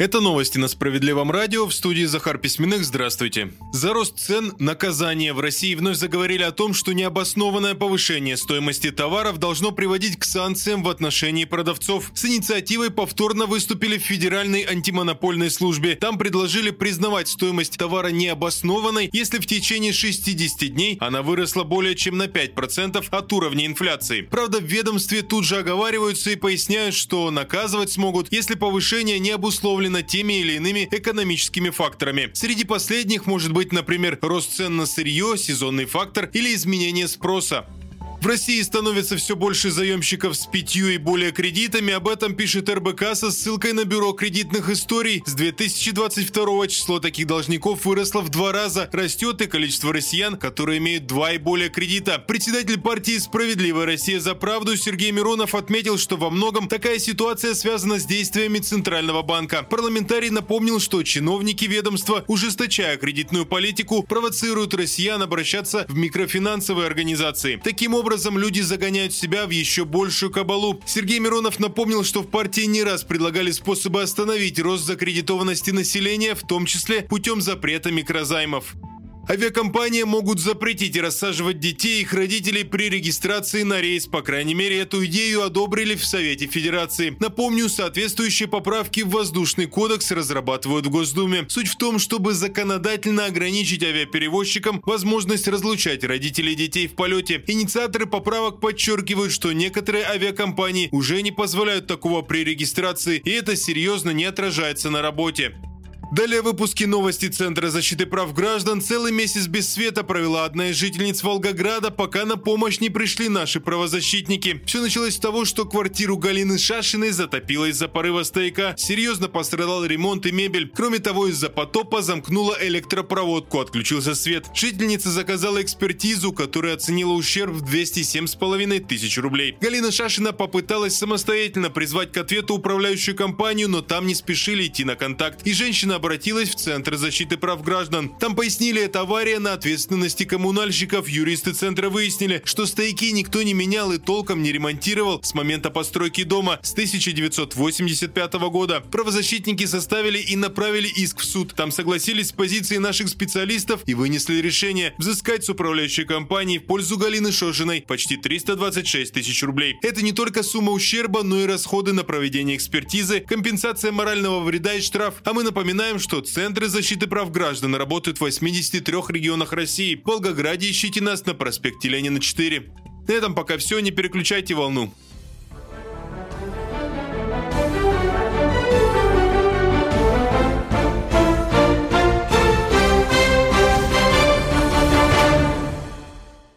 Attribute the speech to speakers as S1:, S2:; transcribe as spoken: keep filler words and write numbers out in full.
S1: Это новости на Справедливом радио. В студии Захар Письменных. Здравствуйте. За рост цен – наказание. В России вновь заговорили о том, что необоснованное повышение стоимости товаров должно приводить к санкциям в отношении продавцов. С инициативой повторно выступили в Федеральной антимонопольной службе. Там предложили признавать стоимость товара необоснованной, если в течение шестидесяти дней она выросла более чем на пять процентов от уровня инфляции. Правда, в ведомстве тут же оговариваются и поясняют, что наказывать смогут, если повышение не обусловлено теми или иными экономическими факторами. Среди последних может быть, например, рост цен на сырье, сезонный фактор или изменение спроса. В России становится все больше заемщиков с пятью и более кредитами. Об этом пишет эр бэ ка со ссылкой на Бюро кредитных историй. С две тысячи двадцать второго число таких должников выросло в два раза. Растет и количество россиян, которые имеют два и более кредита. Председатель партии «Справедливая Россия за правду» Сергей Миронов отметил, что во многом такая ситуация связана с действиями Центрального банка. Парламентарий напомнил, что чиновники ведомства, ужесточая кредитную политику, провоцируют россиян обращаться в микрофинансовые организации. Таким образом, люди загоняют себя в еще большую кабалу. Сергей Миронов напомнил, что в партии не раз предлагали способы остановить рост закредитованности населения, в том числе путем запрета микрозаймов. Авиакомпании могут запретить рассаживать детей и их родителей при регистрации на рейс. По крайней мере, эту идею одобрили в Совете Федерации. Напомню, соответствующие поправки в Воздушный кодекс разрабатывают в Госдуме. Суть в том, чтобы законодательно ограничить авиаперевозчикам возможность разлучать родителей детей в полете. Инициаторы поправок подчеркивают, что некоторые авиакомпании уже не позволяют такого при регистрации, и это серьезно не отражается на работе. Далее в выпуске новости Центра защиты прав граждан. Целый месяц без света провела одна из жительниц Волгограда, пока на помощь не пришли наши правозащитники. Все началось с того, что квартиру Галины Шашиной затопило из-за порыва стояка. Серьезно пострадал ремонт и мебель. Кроме того, из-за потопа замкнула электропроводку, отключился свет. Жительница заказала экспертизу, которая оценила ущерб в двести семь с половиной тысяч рублей. Галина Шашина попыталась самостоятельно призвать к ответу управляющую компанию, но там не спешили идти на контакт. И женщина обратилась в Центр защиты прав граждан. Там пояснили, это авария на ответственности коммунальщиков. Юристы Центра выяснили, что стояки никто не менял и толком не ремонтировал с момента постройки дома с тысяча девятьсот восемьдесят пятого года. Правозащитники составили и направили иск в суд. Там согласились с позицией наших специалистов и вынесли решение взыскать с управляющей компанией в пользу Галины Шошиной почти триста двадцать шесть тысяч рублей. Это не только сумма ущерба, но и расходы на проведение экспертизы, компенсация морального вреда и штраф. А мы напоминаем, что Центры защиты прав граждан работают в восьмидесяти трёх регионах России. В Волгограде ищите нас на проспекте Ленина, четыре. На этом пока все, не переключайте волну.